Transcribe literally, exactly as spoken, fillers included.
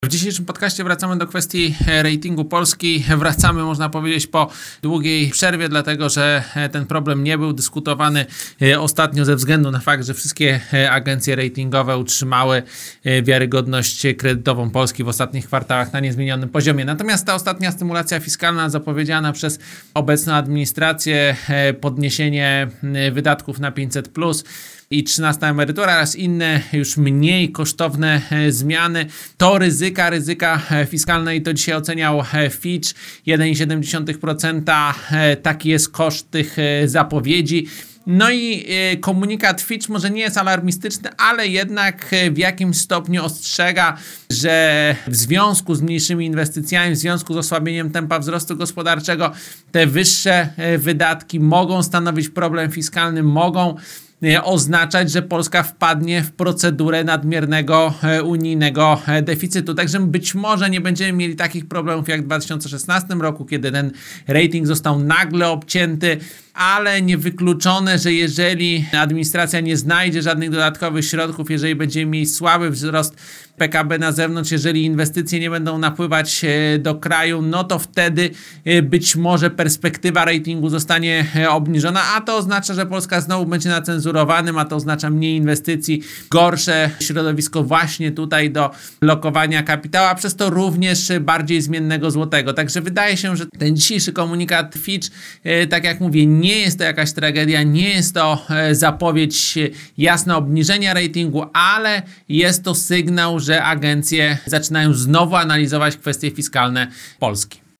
W dzisiejszym podcaście wracamy do kwestii ratingu Polski. Wracamy, można powiedzieć, po długiej przerwie, dlatego że ten problem nie był dyskutowany ostatnio ze względu na fakt, że wszystkie agencje ratingowe utrzymały wiarygodność kredytową Polski w ostatnich kwartałach na niezmienionym poziomie. Natomiast ta ostatnia stymulacja fiskalna zapowiedziana przez obecną administrację, podniesienie wydatków na pięćset plus i trzynasta emerytura oraz inne już mniej kosztowne zmiany, to ryzyka, ryzyka fiskalne i to dzisiaj oceniał Fitch jeden przecinek siedem procent. Taki jest koszt tych zapowiedzi. No i komunikat Fitch może nie jest alarmistyczny, ale jednak w jakimś stopniu ostrzega, że w związku z mniejszymi inwestycjami, w związku z osłabieniem tempa wzrostu gospodarczego, te wyższe wydatki mogą stanowić problem fiskalny, mogą oznaczać, że Polska wpadnie w procedurę nadmiernego unijnego deficytu. Także być może nie będziemy mieli takich problemów jak w dwa tysiące szesnastym roku, kiedy ten rating został nagle obcięty, ale niewykluczone, że jeżeli administracja nie znajdzie żadnych dodatkowych środków, jeżeli będziemy mieć słaby wzrost P K B na zewnątrz, jeżeli inwestycje nie będą napływać do kraju, no to wtedy być może perspektywa ratingu zostanie obniżona, a to oznacza, że Polska znowu będzie na cenzurowanym, a to oznacza mniej inwestycji, gorsze środowisko właśnie tutaj do lokowania kapitału, a przez to również bardziej zmiennego złotego. Także wydaje się, że ten dzisiejszy komunikat Fitch, tak jak mówię, nie jest to jakaś tragedia, nie jest to zapowiedź jasna obniżenia ratingu, ale jest to sygnał, że agencje zaczynają znowu analizować kwestie fiskalne Polski.